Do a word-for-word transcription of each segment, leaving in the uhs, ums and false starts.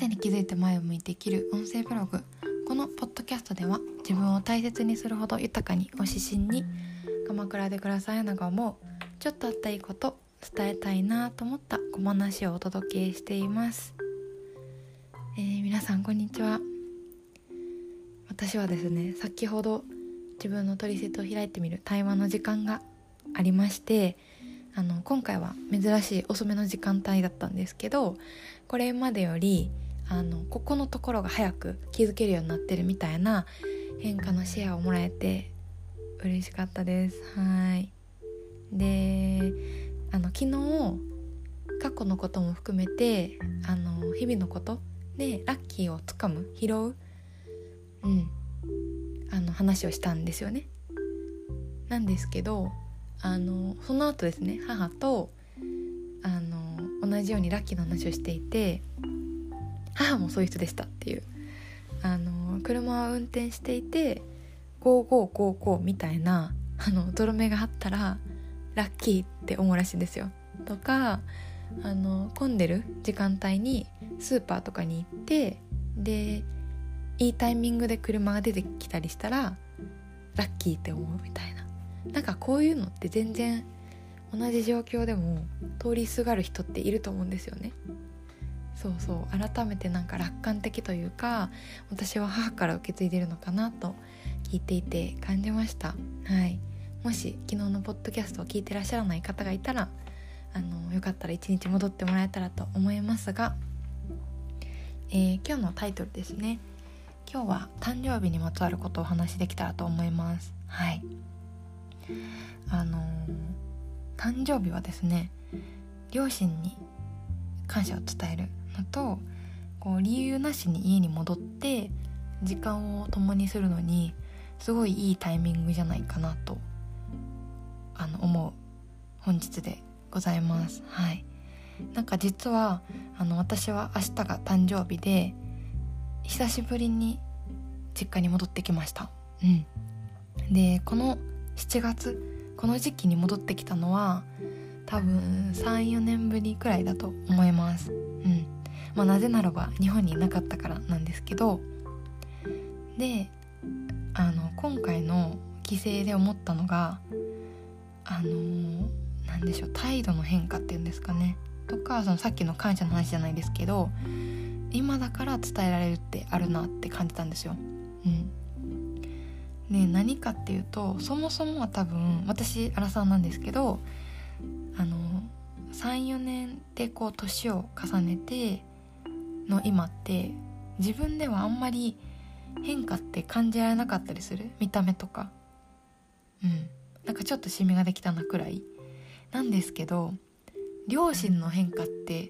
さに気づいて前を向いて生きる音声ブログ。このポッドキャストでは自分を大切にするほど豊かにを指針に、鎌倉で暮らすあやなが思うちょっとあったいいこと伝えたいなと思った小話をお届けしています。えー、皆さんこんにちは。私はですね、先ほど自分のトリセツを開いてみる対話の時間がありまして、あの今回は珍しい遅めの時間帯だったんですけど、これまでよりあのここのところが早く気づけるようになってるみたいな変化のシェアをもらえて嬉しかったです。はい。で、あの昨日過去のことも含めてあの日々のことでラッキーをつかむ拾う、うん、あの話をしたんですよね。なんですけど、あのその後ですね、母とあの同じようにラッキーの話をしていて、母もそういう人でしたっていう、あの車を運転していてゴーゴーゴーゴーみたいなあの泥目があったらラッキーって思うらしいんですよ。とか、あの混んでる時間帯にスーパーとかに行って、でいいタイミングで車が出てきたりしたらラッキーって思うみたいな、なんかこういうのって全然同じ状況でも通りすがる人っていると思うんですよね。そうそう、改めてなんか楽観的というか、私は母から受け継いでいるのかなと聞いていて感じました。はい。もし昨日のポッドキャストを聞いてらっしゃらない方がいたら、あのよかったら一日戻ってもらえたらと思いますが、えー、今日のタイトルですね。今日は誕生日にまつわることをお話しできたらと思います。はい。あのー、誕生日はですね、両親に感謝を伝えるのと、こう理由なしに家に戻って時間を共にするのにすごいいいタイミングじゃないかなとあの思う本日でございます。はい。なんか実はあの私は明日が誕生日で、久しぶりに実家に戻ってきました。うん。で、このしちがつ、この時期に戻ってきたのは多分 さん,よ 年ぶりくらいだと思います。うん。まあなぜならば日本にいなかったからなんですけど、で、あの今回の帰省で思ったのが、あのー、なんでしょう、態度の変化っていうんですかね。とか、そのさっきの感謝の話じゃないですけど、今だから伝えられるってあるなって感じたんですよ。うん。ね、何かっていうと、そもそもは多分私アラサーなんですけど、あの さん,よ 年でこう年を重ねての今って自分ではあんまり変化って感じられなかったりする、見た目とか、うん、なんかちょっとシミができたなくらいなんですけど、両親の変化って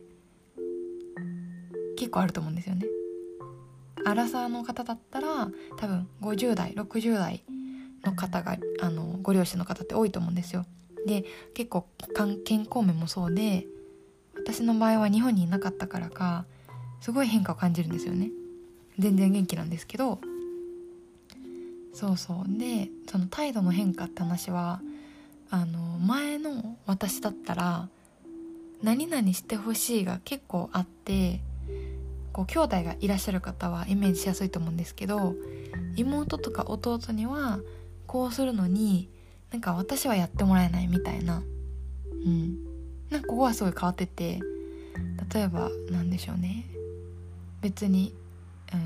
結構あると思うんですよね。アラサーの方だったら多分ごじゅう代ろくじゅう代の方があのご両親の方って多いと思うんですよ。で、結構健康面もそうで、私の場合は日本にいなかったからかすごい変化を感じるんですよね。全然元気なんですけど、そうそうで、その態度の変化って話は、あの前の私だったら何々してほしいが結構あって、こう兄弟がいらっしゃる方はイメージしやすいと思うんですけど、妹とか弟にはこうするのになんか私はやってもらえないみたいな、うん、なんかここはすごい変わってて、例えばなんでしょうね、別にうー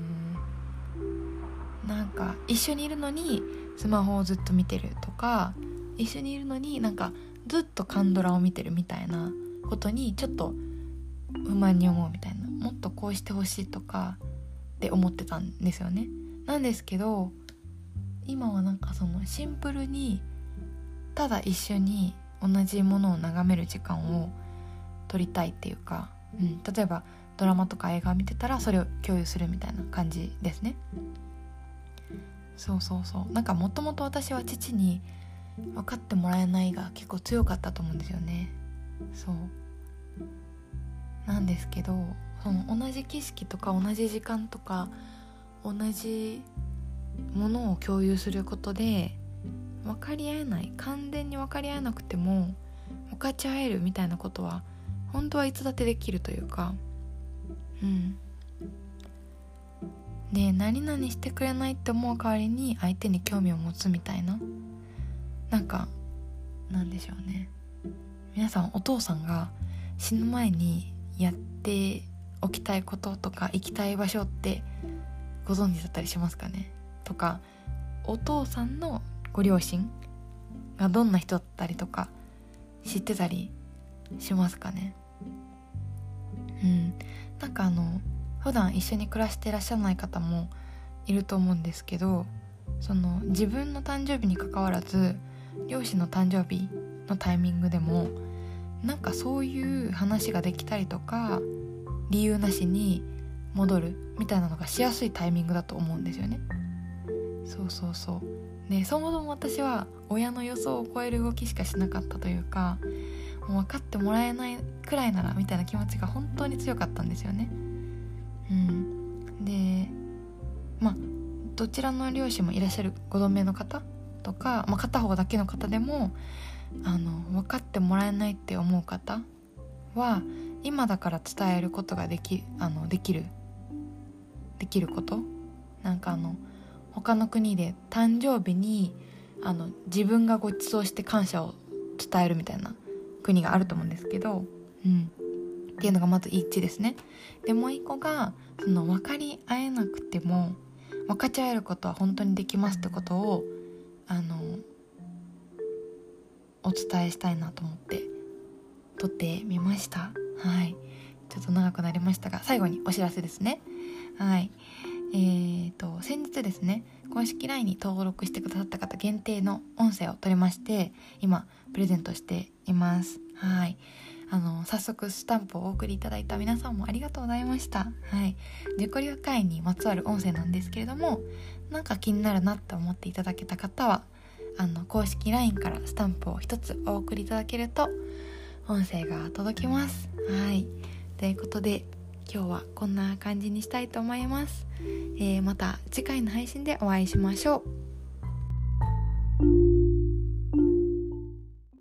んなんか一緒にいるのにスマホをずっと見てるとか、一緒にいるのになんかずっとカンドラを見てるみたいなことにちょっと不満に思うみたいな、もっとこうしてほしいとかって思ってたんですよね。なんですけど今はなんかそのシンプルにただ一緒に同じものを眺める時間を取りたいっていうか、うん、例えばドラマとか映画を見てたらそれを共有するみたいな感じですね。そうそうそう、なんかもともと私は父に分かってもらえないが結構強かったと思うんですよね。そうなんですけど、その同じ景色とか同じ時間とか同じものを共有することで分かり合えない、完全に分かり合えなくても分かち合えるみたいなことは本当はいつだってできるというか、うんで何々してくれないって思う代わりに相手に興味を持つみたいな、なんかなんでしょうね。皆さんお父さんが死ぬ前にやっておきたいこととか行きたい場所ってご存知だったりしますかね。とかお父さんのご両親がどんな人だったりとか知ってたりしますかね。うん、なんかあの普段一緒に暮らしていらっしゃらない方もいると思うんですけど、その自分の誕生日に関わらず両親の誕生日のタイミングでもなんかそういう話ができたりとか、理由なしに戻るみたいなのがしやすいタイミングだと思うんですよね。そうそうそう。でそもそも私は親の予想を超える動きしかしなかったというか、もう分かってもらえないくらいならみたいな気持ちが本当に強かったんですよね。うん、でまあどちらの両親もいらっしゃるご同盟の方とか、まあ、片方だけの方でもあの分かってもらえないって思う方は今だから伝えることができ、あのできるできることなんかあの他の国で誕生日にあの自分がご馳走して感謝を伝えるみたいな国があると思うんですけど、うん、っていうのがまず一致ですね。でもう一個がその分かり合えなくても分かち合えることは本当にできますってことをあのお伝えしたいなと思って撮ってみました。はい、ちょっと長くなりましたが最後にお知らせですね。はい、えーと先日ですね、公式 ライン に登録してくださった方限定の音声を取りまして今プレゼントしています。はい、あの早速スタンプをお送りいただいた皆さんもありがとうございました。はい、自己流会にまつわる音声なんですけれども、なんか気になるなって思っていただけた方はあの公式 ライン からスタンプを一つお送りいただけると音声が届きます。はい、ということで今日はこんな感じにしたいと思います。えー、また次回の配信でお会いしましょう。